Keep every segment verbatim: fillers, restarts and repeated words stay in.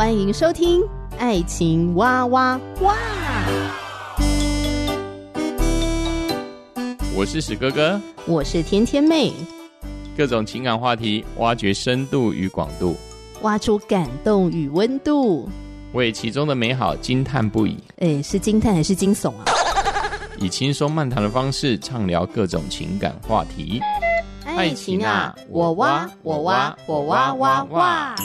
欢迎收听《爱情哇哇哇》。 我是史哥哥， 我是甜甜妹， 各种情感话题，挖掘深度与广度， 挖出感动与温度， 为其中的美好惊叹不已。 诶，是惊叹还是惊悚啊？ 以轻松漫谈的方式畅聊各种情感话题。 爱情啊，我挖我挖我挖挖挖。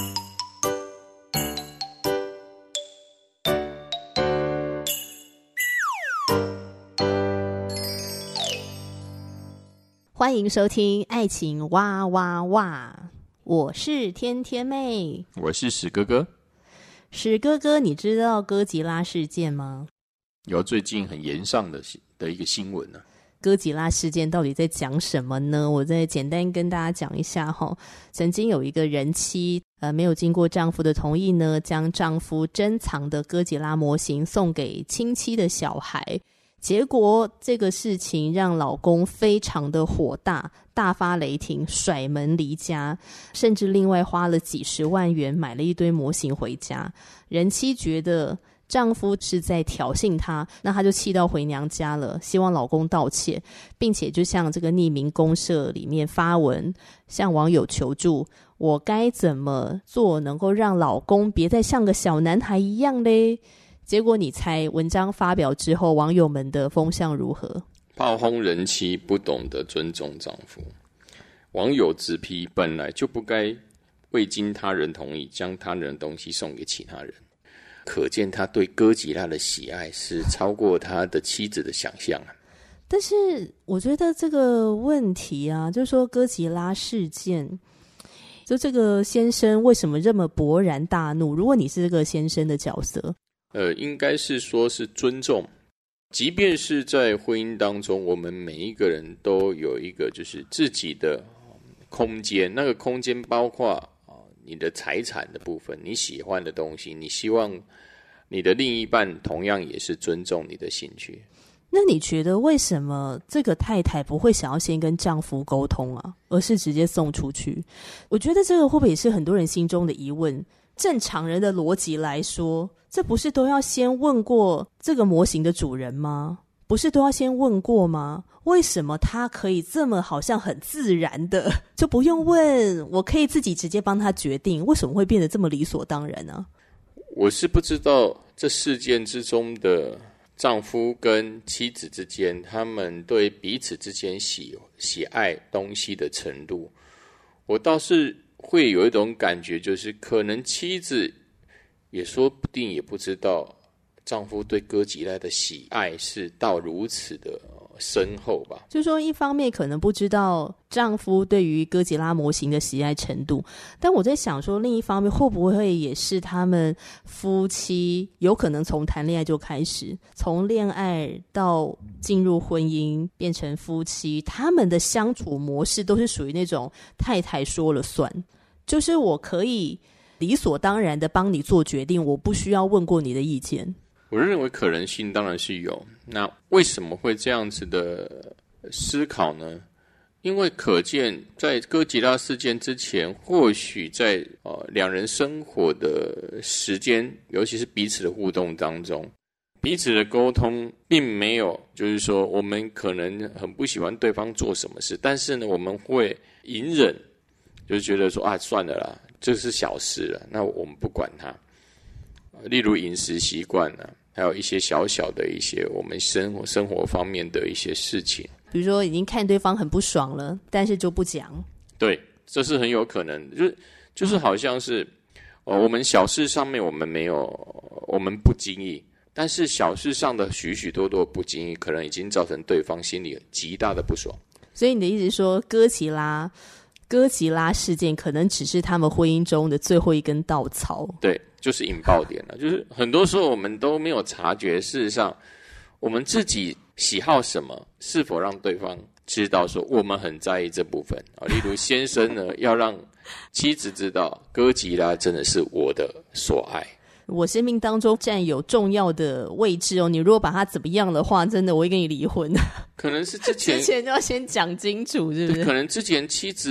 欢迎收听《爱情哇哇哇》，我是天天妹， 我是史哥哥。 史哥哥，你知道哥吉拉事件吗？ 有最近很炎上的的一个新闻呢、啊。 哥吉拉事件到底在讲什么呢？我再简单跟大家讲一下哈。曾经有一个人妻，呃，没有经过丈夫的同意呢，将丈夫珍藏的哥吉拉模型送给亲戚的小孩。结果这个事情让老公非常的火大，大发雷霆，甩门离家，甚至另外花了几十万元买了一堆模型回家。人妻觉得丈夫是在挑衅她，那她就气到回娘家了，希望老公道歉，并且就向这个匿名公社里面发文，向网友求助，我该怎么做能够让老公别再像个小男孩一样嘞？结果你猜文章发表之后网友们的风向如何？ 炮轰人妻不懂得尊重丈夫，网友直批本来就不该未经他人同意将他人的东西送给其他人，可见他对哥吉拉的喜爱是超过他的妻子的想象啊。 但是我觉得这个问题啊，就是说哥吉拉事件，就这个先生为什么这么勃然大怒？如果你是这个先生的角色， 呃，应该是说是尊重，即便是在婚姻当中，我们每一个人都有一个就是自己的空间，那个空间包括、呃、你的财产的部分，你喜欢的东西，你希望你的另一半同样也是尊重你的兴趣。 那你觉得为什么这个太太不会想要先跟丈夫沟通啊，而是直接送出去？我觉得这个会不会也是很多人心中的疑问？正常人的逻辑来说，这不是都要先问过这个模型的主人吗？不是都要先问过吗？为什么他可以这么好像很自然的就不用问，我可以自己直接帮他决定？为什么会变得这么理所当然呢？ 我是不知道这事件之中的丈夫跟妻子之间，他们对彼此之间喜喜爱东西的程度，我倒是会有一种感觉，就是可能妻子也说不定也不知道丈夫对哥吉拉的喜爱是到如此的深厚吧。 就是说一方面可能不知道丈夫对于哥吉拉模型的喜爱程度，但我在想说另一方面会不会也是他们夫妻有可能从谈恋爱就开始，从恋爱到进入婚姻变成夫妻，他们的相处模式都是属于那种太太说了算，就是我可以理所当然的帮你做决定，我不需要问过你的意见。 我认为可能性当然是有，那为什么会这样子的思考呢？因为可见在哥吉拉事件之前，或许在呃两人生活的时间，尤其是彼此的互动当中，彼此的沟通并没有，就是说我们可能很不喜欢对方做什么事，但是呢我们会隐忍，就是觉得说啊算了啦，这是小事了，那我们不管它。例如饮食习惯啊，还有一些小小的一些我们生活生活方面的一些事情， 比如说已经看对方很不爽了，但是就不讲。 对，这是很有可能，就是就是好像是、呃、我们小事上面我们没有，我们不经意，但是小事上的许许多多不经意，可能已经造成对方心里极大的不爽。 所以你的意思是说，哥吉拉哥吉拉事件可能只是他们婚姻中的最后一根稻草？ 对，就是引爆点了。就是很多时候我们都没有察觉，事实上我们自己喜好什么，是否让对方知道说我们很在意这部分啊。例如先生呢，要让妻子知道哥吉拉真的是我的所爱， 我生命当中占有重要的位置哦，你如果把它怎么样的话，真的我会跟你离婚。 可能是之前之前就要先讲清楚，是不是？ 可能之前妻子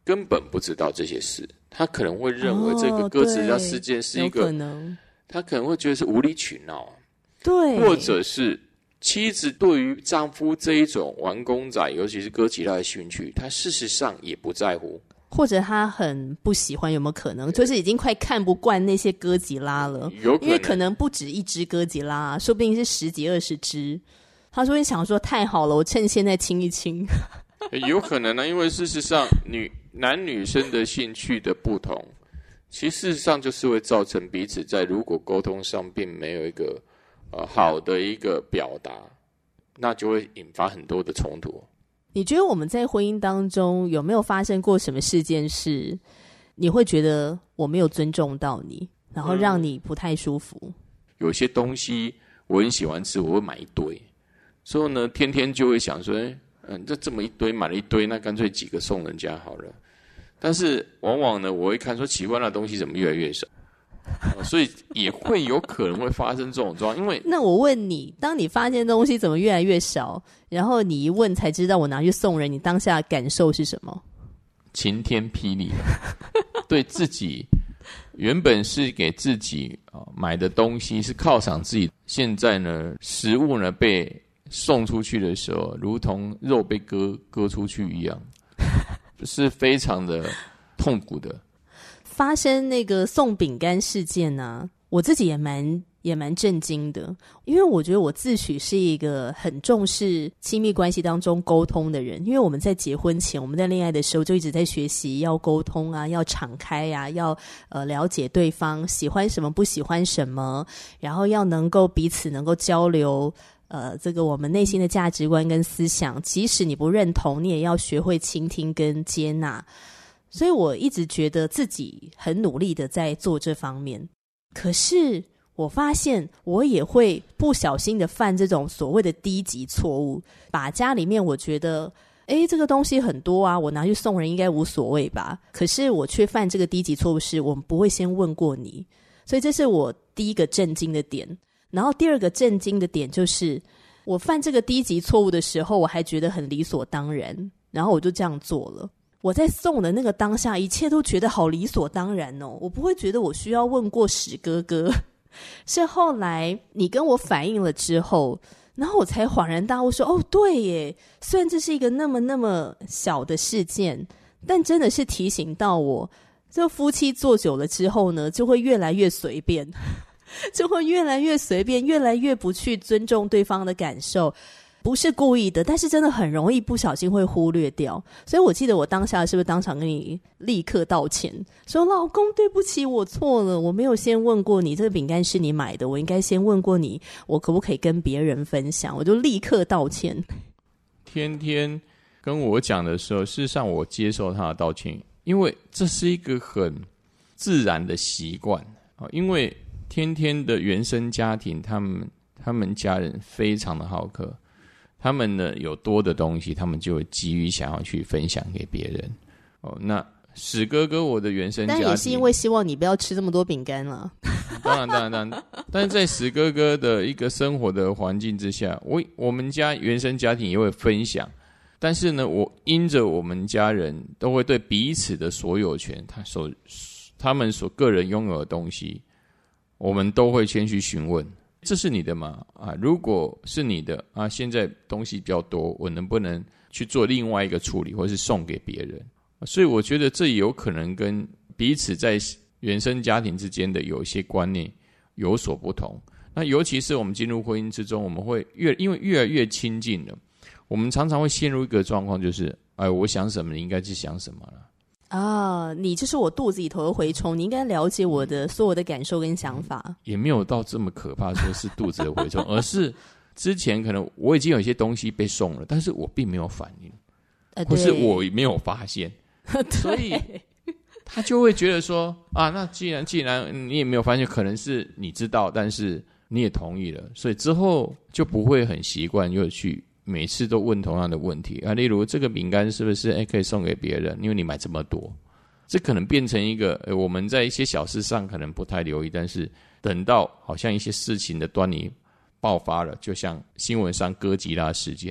根本不知道这些事，他可能会认为这个哥吉拉事件是一个， 哦、可能他可能会觉得是无理取闹， 对， 或者是妻子对于丈夫这一种玩公仔，尤其是哥吉拉的兴趣，她事实上也不在乎， 或者他很不喜欢，有没有可能就是已经快看不惯那些哥吉拉了？ 有可能， 因为可能不止一只哥吉拉，说不定是十几二十只。他说：“你想说太好了，我趁现在亲一亲。” 有可能呢，因为事实上女男女生的兴趣的不同，其实事实上就是会造成彼此在如果沟通上并没有一个呃好的一个表达，那就会引发很多的冲突。 你觉得我们在婚姻当中有没有发生过什么事件是你会觉得我没有尊重到你，然后让你不太舒服？嗯、 有些东西我很喜欢吃，我会买一堆，所以呢，天天就会想说，嗯，这这么一堆买了一堆，那干脆几个送人家好了。但是往往呢，我会看说奇怪，那东西怎么越来越少，所以也会有可能会发生这种状况。因为那我问你，当你发现东西怎么越来越少，然后你一问才知道我拿去送人，你当下的感受是什么？ 晴天霹雳，对自己原本是给自己、呃、买的东西是犒赏自己，现在呢，食物呢被送出去的时候，如同肉被割割出去一样，是非常的痛苦的。 发生那个送饼干事件啊，我自己也蛮也蛮震惊的，因为我觉得我自诩是一个很重视亲密关系当中沟通的人，因为我们在结婚前，我们在恋爱的时候就一直在学习要沟通啊，要敞开啊，要呃了解对方喜欢什么不喜欢什么，然后要能够彼此能够交流呃，这个我们内心的价值观跟思想，即使你不认同，你也要学会倾听跟接纳。所以我一直觉得自己很努力的在做这方面，可是我发现我也会不小心的犯这种所谓的低级错误，把家里面我觉得诶这个东西很多啊，我拿去送人应该无所谓吧，可是我却犯这个低级错误，是我们不会先问过你。所以这是我第一个震惊的点。然后第二个震惊的点就是我犯这个低级错误的时候，我还觉得很理所当然，然后我就这样做了。我在送的那个当下，一切都觉得好理所当然哦，我不会觉得我需要问过史哥哥。是后来你跟我反映了之后，然后我才恍然大悟说，哦对耶，虽然这是一个那么那么小的事件，但真的是提醒到我，这夫妻做久了之后呢，就会越来越随便，就会越来越随便，越来越不去尊重对方的感受。不是故意的，但是真的很容易不小心会忽略掉。所以我记得我当下是不是当场跟你立刻道歉，说老公对不起，我错了，我没有先问过你这个饼干是你买的，我应该先问过你我可不可以跟别人分享，我就立刻道歉。 天天跟我讲的时候，事实上我接受他的道歉，因为这是一个很自然的习惯。因为天天的原生家庭，他们他们家人非常的好客，他们呢有多的东西，他们就会急于想要去分享给别人。哦，那史哥哥我的原生家庭， 但也是因为希望你不要吃这么多饼干了。 当然，当然，当然。但是在史哥哥的一个生活的环境之下，我我们家原生家庭也会分享，但是呢，我因着我们家人都会对彼此的所有权，他所他们所个人拥有的东西，我们都会先去询问。这是你的吗？啊，如果是你的啊，现在东西比较多，我能不能去做另外一个处理，或是送给别人？所以我觉得这有可能跟彼此在原生家庭之间的有一些观念有所不同。那尤其是我们进入婚姻之中，我们会越因为越来越亲近了，我们常常会陷入一个状况，就是哎，我想什么，你应该去想什么了。 啊，你就是我肚子里头的蛔虫，你应该了解我的所有的感受跟想法。 也没有到这么可怕，说是肚子的蛔虫，而是之前可能我已经有一些东西被送了，但是我并没有反应，呃、或是我没有发现，所以他就会觉得说啊，那既然既然你也没有发现，可能是你知道，但是你也同意了，所以之后就不会很习惯又去每次都问同样的问题啊，例如这个饼干是不是哎可以送给别人？因为你买这么多，这可能变成一个哎我们在一些小事上可能不太留意，但是等到好像一些事情的端倪爆发了，就像新闻上哥吉拉事件，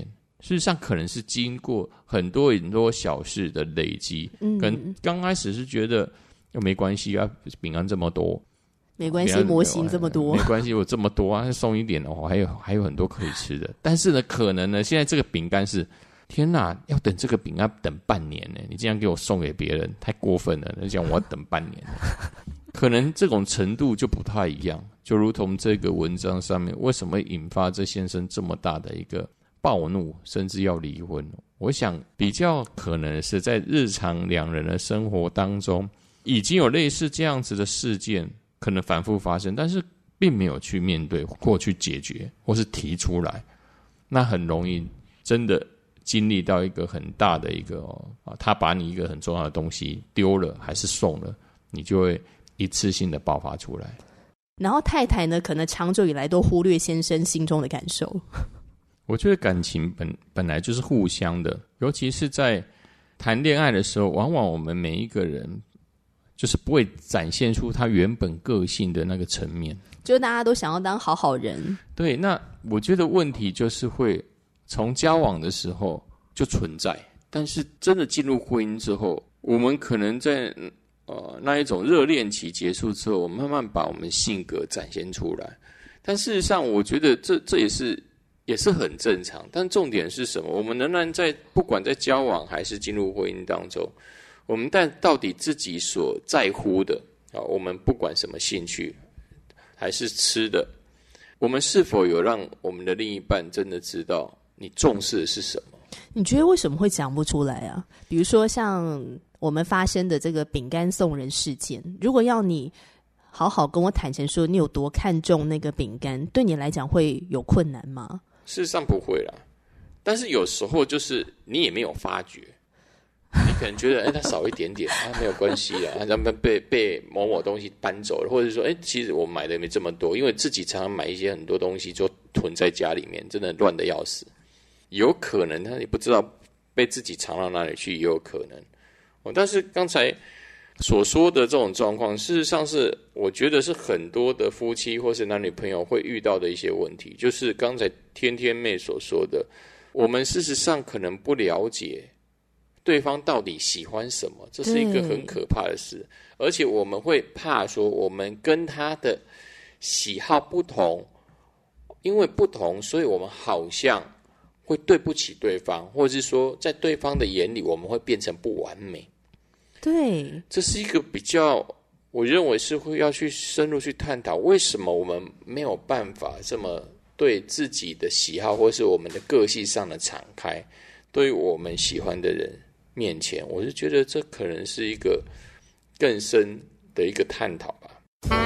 事实上可能是经过很多很多小事的累积，嗯，可能刚开始是觉得又没关系啊，饼干这么多， 没关系，模型这么多， 没关系，我这么多啊，送一点哦，还有还有很多可以吃的。但是呢，可能呢，现在这个饼干是，天哪，要等这个饼干等半年呢，你这样给我送给别人，太过分了。那这样我要等半年可能这种程度就不太一样。就如同这个文章上面，为什么引发这先生这么大的一个暴怒，甚至要离婚？我想比较可能是在日常两人的生活当中，已经有类似这样子的事件，可能反复发生，但是并没有去面对或去解决，或是提出来，那很容易真的经历到一个很大的一个、哦啊、他把你一个很重要的东西丢了还是送了，你就会一次性的爆发出来。 然后太太呢，可能长久以来都忽略先生心中的感受。 我觉得感情 本, 本来就是互相的，尤其是在谈恋爱的时候，往往我们每一个人就是不会展现出他原本个性的那个层面， 就大家都想要当好好人。对， 那我觉得问题就是会从交往的时候就存在，但是真的进入婚姻之后，我们可能在呃那一种热恋期结束之后，我们慢慢把我们性格展现出来。但事实上，我觉得这这也是也是很正常。但重点是什么？我们仍然在不管在交往还是进入婚姻当中，我们但到底自己所在乎的啊，我们不管什么兴趣还是吃的，我们是否有让我们的另一半真的知道你重视的是什么？ 你觉得为什么会讲不出来啊？比如说像我们发生的这个饼干送人事件，如果要你好好跟我坦诚说你有多看重那个饼干，对你来讲会有困难吗？ 事实上不会啦，但是有时候就是你也没有发觉，你可能觉得哎，它少一点点啊，没有关系啦，他们被被某某东西搬走了，或者说哎，其实我买的没这么多，因为自己常常买一些很多东西就囤在家里面，真的乱得要死。有可能他也不知道被自己藏到哪里去，也有可能。哦，但是刚才所说的这种状况，事实上是我觉得是很多的夫妻或是男女朋友会遇到的一些问题，就是刚才天天妹所说的，我们事实上可能不了解对方到底喜欢什么，这是一个很可怕的事。而且我们会怕说我们跟他的喜好不同，因为不同，所以我们好像会对不起对方，或者是说在对方的眼里我们会变成不完美。 对， 这是一个比较我认为是会要去深入去探讨，为什么我们没有办法这么对自己的喜好或是我们的个性上的敞开，对于我们喜欢的人面前，我是觉得这可能是一个更深的一个探讨吧。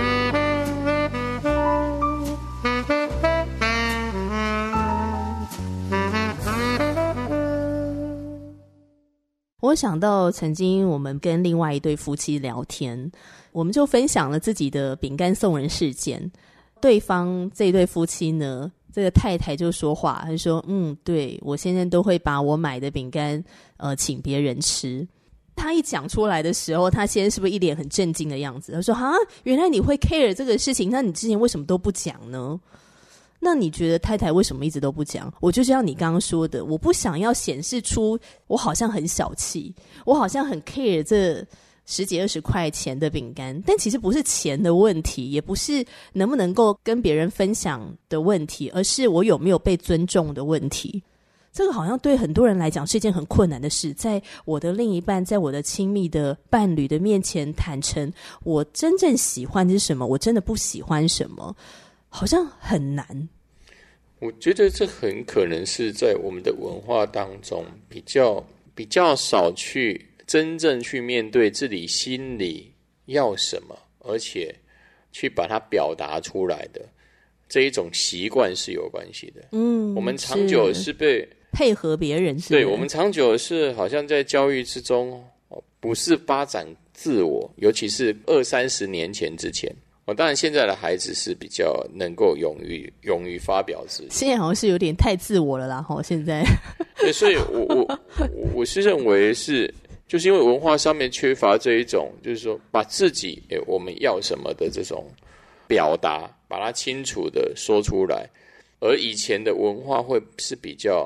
我想到曾经我们跟另外一对夫妻聊天，我们就分享了自己的饼干送人事件。对方这一对夫妻呢，这个太太就说话，她就说嗯，对，我现在都会把我买的饼干呃请别人吃。他一讲出来的时候，他先生是不是一脸很震惊的样子？他说啊，原来你会 care 这个事情，那你之前为什么都不讲呢？那你觉得太太为什么一直都不讲？我就像你刚刚说的，我不想要显示出我好像很小气，我好像很 care 这十几二十块钱的饼干，但其实不是钱的问题，也不是能不能够跟别人分享的问题，而是我有没有被尊重的问题。这个好像对很多人来讲是一件很困难的事，在我的另一半，在我的亲密的伴侣的面前坦诚我真正喜欢的是什么，我真的不喜欢什么，好像很难。 我觉得这很可能是在我们的文化当中比较比较少去真正去面对自己心里要什么，而且去把它表达出来的这一种习惯是有关系的。嗯，我们长久是被配合别人是， 对，我们长久是好像在教育之中不是发展自我，尤其是二三十年前之前。哦，当然现在的孩子是比较能够勇于勇于发表自己， 现在好像是有点太自我了啦。吼，现在对，所以我我我是认为是，就是因为文化上面缺乏这一种，就是说把自己诶我们要什么的这种表达，把它清楚的说出来，而以前的文化会是比较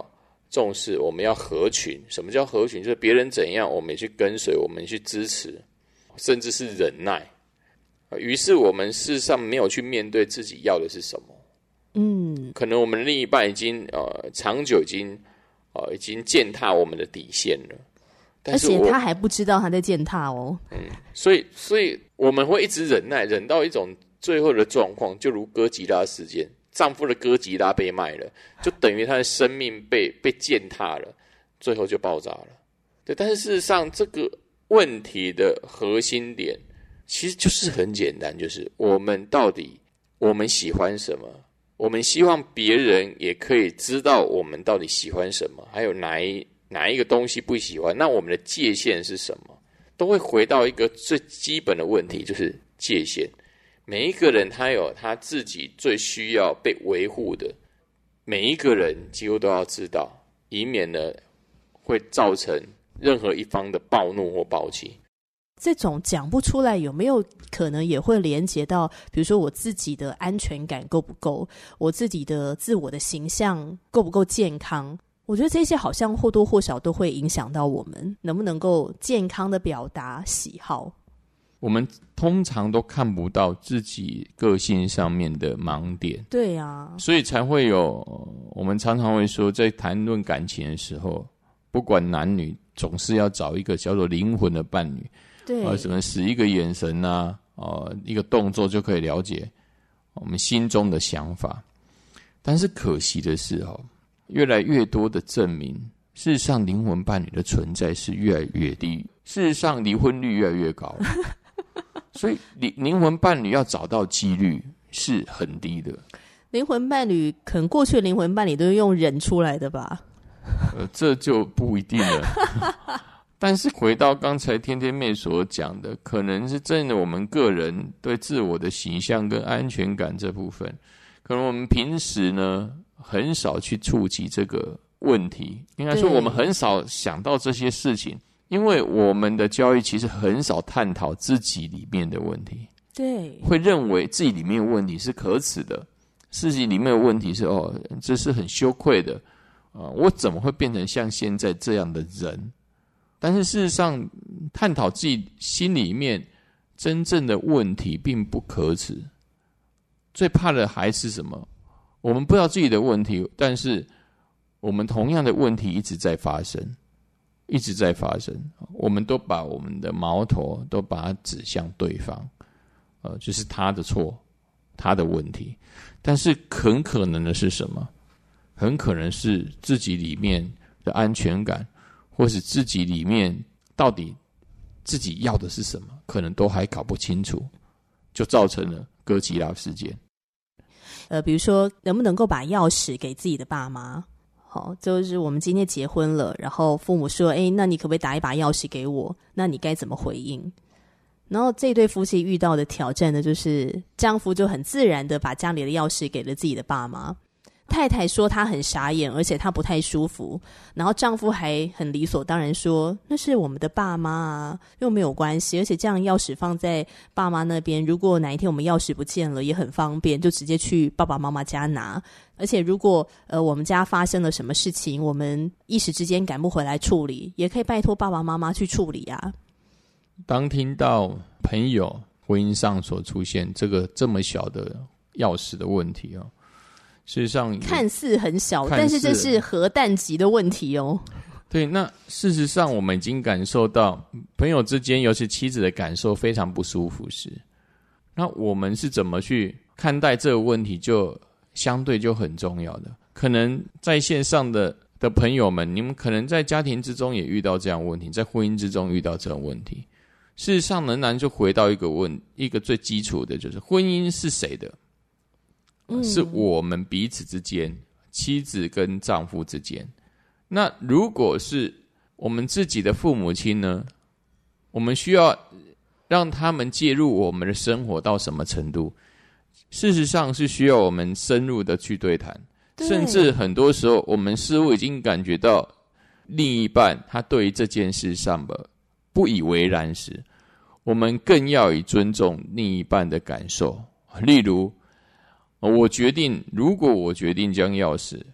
重视，我们要合群。什么叫合群？就是别人怎样，我们也去跟随，我们去支持，甚至是忍耐。于是我们事实上没有去面对自己要的是什么。嗯，可能我们的另一半已经呃长久已经呃已经践踏我们的底线了，但是而且他还不知道他在践踏哦。 嗯，所以所以我们会一直忍耐，忍到一种最后的状况，就如哥吉拉事件，丈夫的哥吉拉被卖了，就等于他的生命被被践踏了，最后就爆炸了。对，但是事实上这个问题的核心点其实就是很简单，就是我们到底我们喜欢什么，我们希望别人也可以知道我们到底喜欢什么，还有哪一哪一个东西不喜欢，那我们的界限是什么，都会回到一个最基本的问题，就是界限。每一个人他有他自己最需要被维护的，每一个人几乎都要知道，以免呢会造成任何一方的暴怒或暴气。 这种讲不出来，有没有可能也会连结到，比如说我自己的安全感够不够，我自己的自我的形象够不够健康？我觉得这些好像或多或少都会影响到我们能不能够健康的表达喜好。 我们通常都看不到自己个性上面的盲点， 对啊，所以才会有我们常常会说，在谈论感情的时候，不管男女，总是要找一个叫做灵魂的伴侣。对，呃，什么使一个眼神啊，呃，一个动作就可以了解我们心中的想法。但是可惜的是，哦，越来越多的证明，事实上灵魂伴侣的存在是越来越低，事实上离婚率越来越高。所以灵魂伴侣要找到几率是很低的。 灵魂伴侣可能过去的灵魂伴侣都是用忍出来的吧？ 呃，这就不一定了。但是回到刚才天天妹所讲的，可能是真的我们个人对自我的形象跟安全感这部分，可能我们平时呢很少去触及这个问题，应该说我们很少想到这些事情，因为我们的教育其实很少探讨自己里面的问题。对，会认为自己里面的问题是可耻的，自己里面的问题是哦，这是很羞愧的，呃，我怎么会变成像现在这样的人？但是事实上，探讨自己心里面真正的问题并不可耻。最怕的还是什么？我们不知道自己的问题，但是我们同样的问题一直在发生，一直在发生。我们都把我们的矛头都把它指向对方，呃，就是他的错，他的问题。但是很可能的是什么？很可能是自己里面的安全感。或是自己里面到底自己要的是什么，可能都还搞不清楚，就造成了哥吉拉事件。 呃，比如说能不能够把钥匙给自己的爸妈？好，就是我们今天结婚了，然后父母说：“哎，那你可不可以打一把钥匙给我？”那你该怎么回应？然后这对夫妻遇到的挑战呢，就是丈夫就很自然的把家里的钥匙给了自己的爸妈。太太说她很傻眼，而且她不太舒服，然后丈夫还很理所当然说那是我们的爸妈啊，又没有关系，而且这样钥匙放在爸妈那边，如果哪一天我们钥匙不见了也很方便，就直接去爸爸妈妈家拿，而且如果呃我们家发生了什么事情，我们一时之间赶不回来处理，也可以拜托爸爸妈妈去处理啊。 当听到朋友婚姻上所出现这个这么小的钥匙的问题哦，事实上看似很小，但是这是核弹级的问题哦。 对，那事实上我们已经感受到朋友之间，尤其妻子的感受非常不舒服时，那我们是怎么去看待这个问题，就相对就很重要的。可能在线上的的朋友们，你们可能在家庭之中也遇到这样的问题，在婚姻之中遇到这种问题。事实上仍然就回到一个问一个最基础的，就是婚姻是谁的？是我们彼此之间，妻子跟丈夫之间。那如果是我们自己的父母亲呢，我们需要让他们介入我们的生活到什么程度？事实上是需要我们深入的去对谈，甚至很多时候我们似乎已经感觉到另一半他对于这件事上的不以为然时，我们更要以尊重另一半的感受。例如我决定，如果我决定将钥匙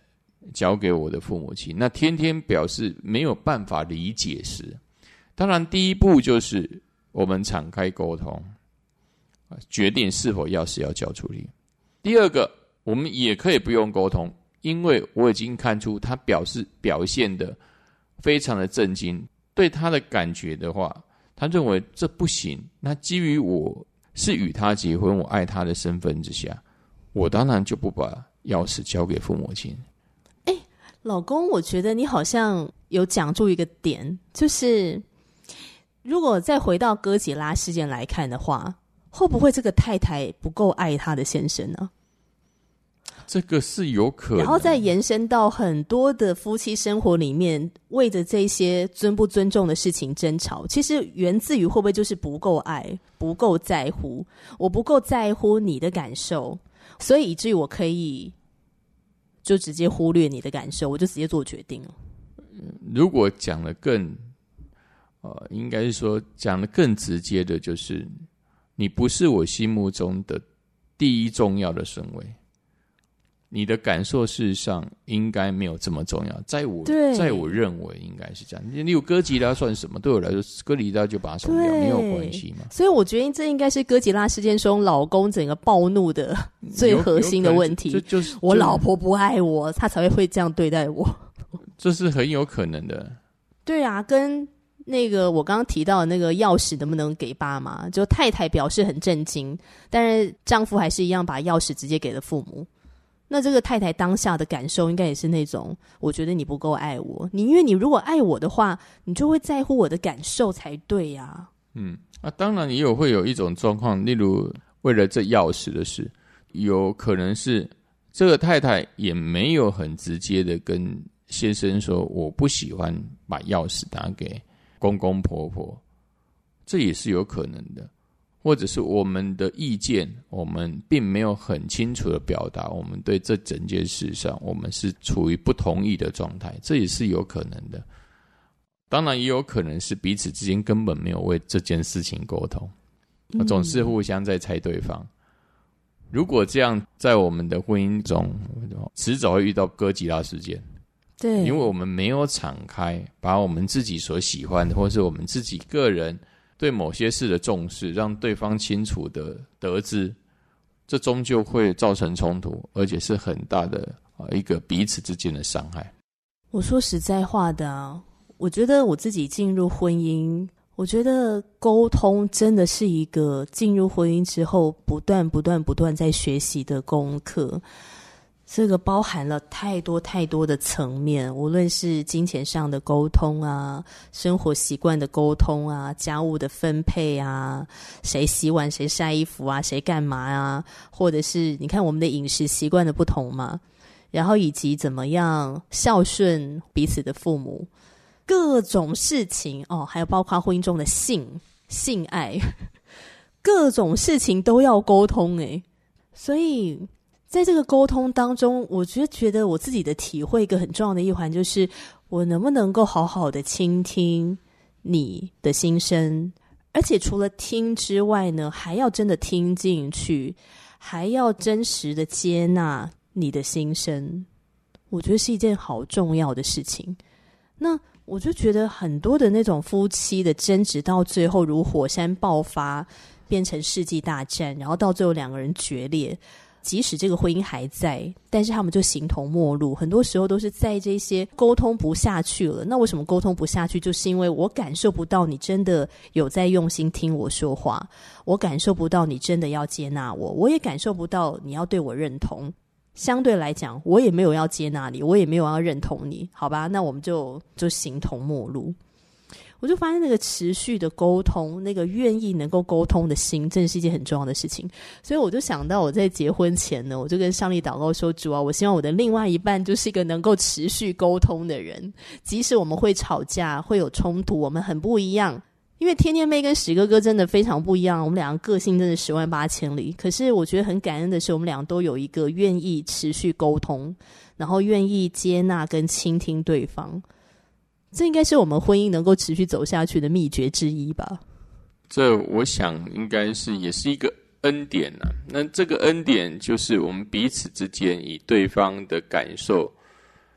交给我的父母亲，那天天表示没有办法理解时，当然第一步就是我们敞开沟通，决定是否钥匙要交出去。第二个，我们也可以不用沟通，因为我已经看出他表示表现的非常的震惊，对他的感觉的话，他认为这不行。那基于我是与他结婚，我爱他的身份之下，我当然就不把钥匙交给父母亲。 哎，老公，我觉得你好像有讲出一个点，就是如果再回到哥吉拉事件来看的话，会不会这个太太不够爱她的先生呢？ 这个是有可能， 然后再延伸到很多的夫妻生活里面，为着这些尊不尊重的事情争吵，其实源自于会不会就是不够爱，不够在乎，我不够在乎你的感受，所以以至于我可以就直接忽略你的感受，我就直接做决定了。 如果讲得更呃，应该是说讲得更直接的，就是你不是我心目中的第一重要的顺位，你的感受事实上应该没有这么重要，在我在我认为应该是这样。例如哥吉拉算什么？对我来说，哥吉拉就把它收掉，没有关系嘛。 所以我觉得这应该是哥吉拉事件中老公整个暴怒的最核心的问题。 就就是我老婆不爱我，他才会会这样对待我。 这是很有可能的。 对啊，跟那个我刚刚提到的那个钥匙能不能给爸妈，就太太表示很震惊，但是丈夫还是一样把钥匙直接给了父母。那这个太太当下的感受应该也是那种，我觉得你不够爱我，你因为你如果爱我的话，你就会在乎我的感受才对啊。 嗯，啊，当然也有会有一种状况，例如为了这钥匙的事，有可能是这个太太也没有很直接的跟先生说我不喜欢把钥匙拿给公公婆婆，这也是有可能的。或者是我们的意见，我们并没有很清楚的表达，我们对这整件事上，我们是处于不同意的状态，这也是有可能的。当然，也有可能是彼此之间根本没有为这件事情沟通，嗯、总是互相在猜对方。如果这样，在我们的婚姻中，迟早会遇到哥吉拉事件。 对， 因为我们没有敞开，把我们自己所喜欢的，或是我们自己个人对某些事的重视，让对方清楚的得知，这终究会造成冲突，而且是很大的一个彼此之间的伤害。 我说实在话的啊，我觉得我自己进入婚姻，我觉得沟通真的是一个进入婚姻之后不断不断不断在学习的功课。这个包含了太多太多的层面，无论是金钱上的沟通啊，生活习惯的沟通啊，家务的分配啊，谁洗碗谁晒衣服啊，谁干嘛啊，或者是你看我们的饮食习惯的不同嘛，然后以及怎么样孝顺彼此的父母，各种事情哦，还有包括婚姻中的性性爱，各种事情都要沟通诶。所以在这个沟通当中，我觉得觉得我自己的体会一个很重要的一环，就是我能不能够好好的倾听你的心声，而且除了听之外呢，还要真的听进去，还要真实的接纳你的心声，我觉得是一件好重要的事情。那我就觉得很多的那种夫妻的争执到最后如火山爆发，变成世纪大战，然后到最后两个人决裂，即使这个婚姻还在，但是他们就形同陌路，很多时候都是在这些沟通不下去了。那为什么沟通不下去？就是因为我感受不到你真的有在用心听我说话，我感受不到你真的要接纳我，我也感受不到你要对我认同。相对来讲，我也没有要接纳你，我也没有要认同你，好吧，那我们就就形同陌路。我就发现那个持续的沟通，那个愿意能够沟通的心，真的是一件很重要的事情。所以我就想到我在结婚前呢，我就跟上帝祷告说，主啊，我希望我的另外一半就是一个能够持续沟通的人，即使我们会吵架会有冲突，我们很不一样，因为天天妹跟史哥哥真的非常不一样，我们两个个性真的十万八千里。可是我觉得很感恩的是，我们俩都有一个愿意持续沟通，然后愿意接纳跟倾听对方，这应该是我们婚姻能够持续走下去的秘诀之一吧。 这我想应该是也是一个恩典啊。那这个恩典就是我们彼此之间以对方的感受，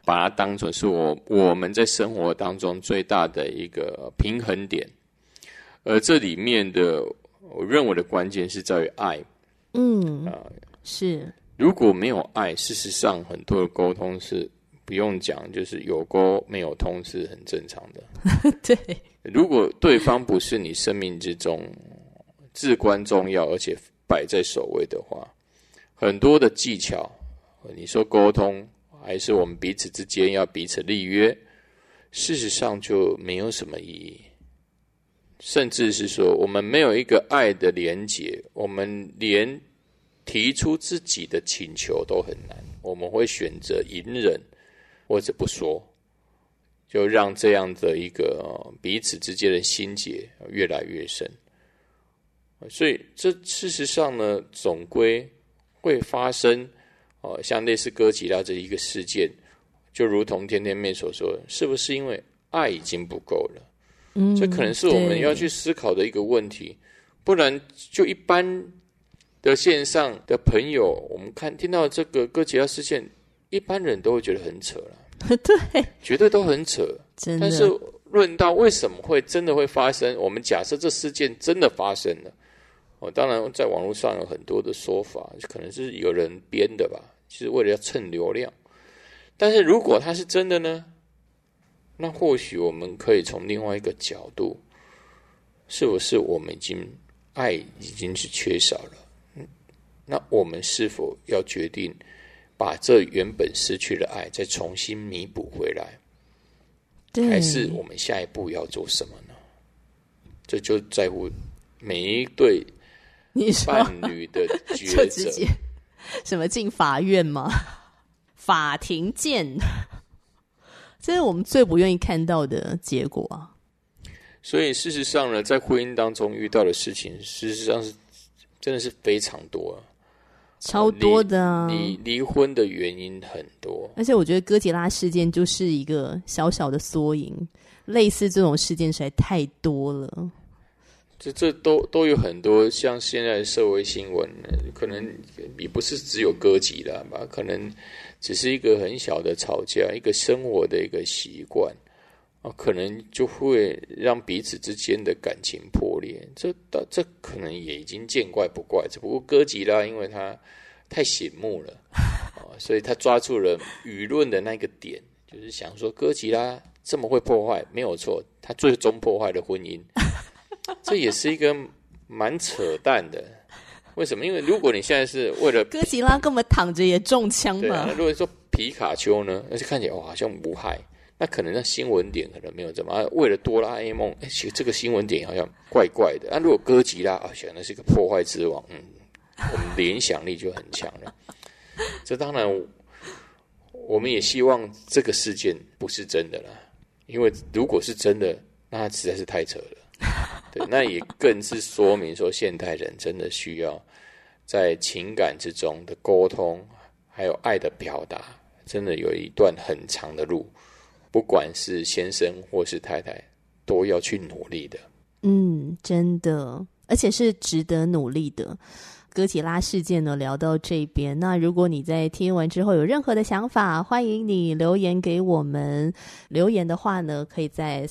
把它当成是我我们在生活当中最大的一个平衡点。而这里面的，我认为的关键是在于爱。 嗯，呃、是。 如果没有爱，事实上很多的沟通是不用讲，就是有沟没有通是很正常的。 对。 如果对方不是你生命之中至关重要，而且摆在首位的话，很多的技巧，你说沟通，还是我们彼此之间要彼此立约，事实上就没有什么意义。甚至是说我们没有一个爱的连结，我们连提出自己的请求都很难，我们会选择隐忍或者不说，就让这样的一个、呃、彼此之间的心结越来越深。所以这事实上呢，总归会发生、呃、像类似哥吉拉这一个事件，就如同天天妹所说，是不是因为爱已经不够了？嗯，这可能是我们要去思考的一个问题。不然就一般的线上的朋友，我们看听到这个哥吉拉事件，一般人都会觉得很扯了。 对， 绝对都很扯。 真的。 但是论到为什么会真的会发生，我们假设这事件真的发生了，哦，当然在网络上有很多的说法，可能是有人编的吧，其实为了要蹭流量。但是如果它是真的呢？那或许我们可以从另外一个角度，是不是我们已经爱已经是缺少了？嗯，那我们是否要决定把这原本失去的爱再重新弥补回来？还是我们下一步要做什么呢？这就在乎每一对伴侣的抉择。 什么进法院吗？法庭见。这是我们最不愿意看到的结果啊！ 所以事实上呢，在婚姻当中遇到的事情，事实上是真的是非常多、啊， 超多的啊！ 离离婚的原因很多， 而且我觉得哥吉拉事件就是一个小小的缩影，类似这种事件实在太多了。 这这都都有很多，像现在的社会新闻，可能也不是只有哥吉拉吧，可能只是一个很小的吵架，一个生活的一个习惯啊，可能就会让彼此之间的感情破裂。这这可能也已经见怪不怪，只不过哥吉拉因为他太醒目了啊，所以他抓住了舆论的那个点，就是想说哥吉拉这么会破坏，没有错，他最终破坏了婚姻。这也是一个蛮扯淡的，为什么？因为如果你现在是为了哥吉拉根本躺着也中枪嘛。 对啊，如果说皮卡丘呢，而且看起来哇好像无害，那可能那新闻点可能没有这么。啊、为了哆啦 A 梦，哎，其实这个新闻点好像怪怪的。那、啊、如果哥吉拉啊，显然是一个破坏之王，嗯，我们联想力就很强了。这当然，我们也希望这个事件不是真的啦，因为如果是真的，那它实在是太扯了。对，那也更是说明说，现代人真的需要在情感之中的沟通，还有爱的表达，真的有一段很长的路，不管是先生或是太太，都要去努力的。 嗯，真的，而且是值得努力的。哥吉拉事件呢聊到这边，那如果你在听完之后有任何的想法，欢迎你留言给我们。留言的话呢，可以在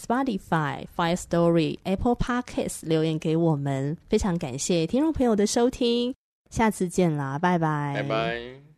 Spotify、Firstory、Apple Podcasts 留言给我们。非常感谢听众朋友的收听，下次见啦，拜拜， 拜拜。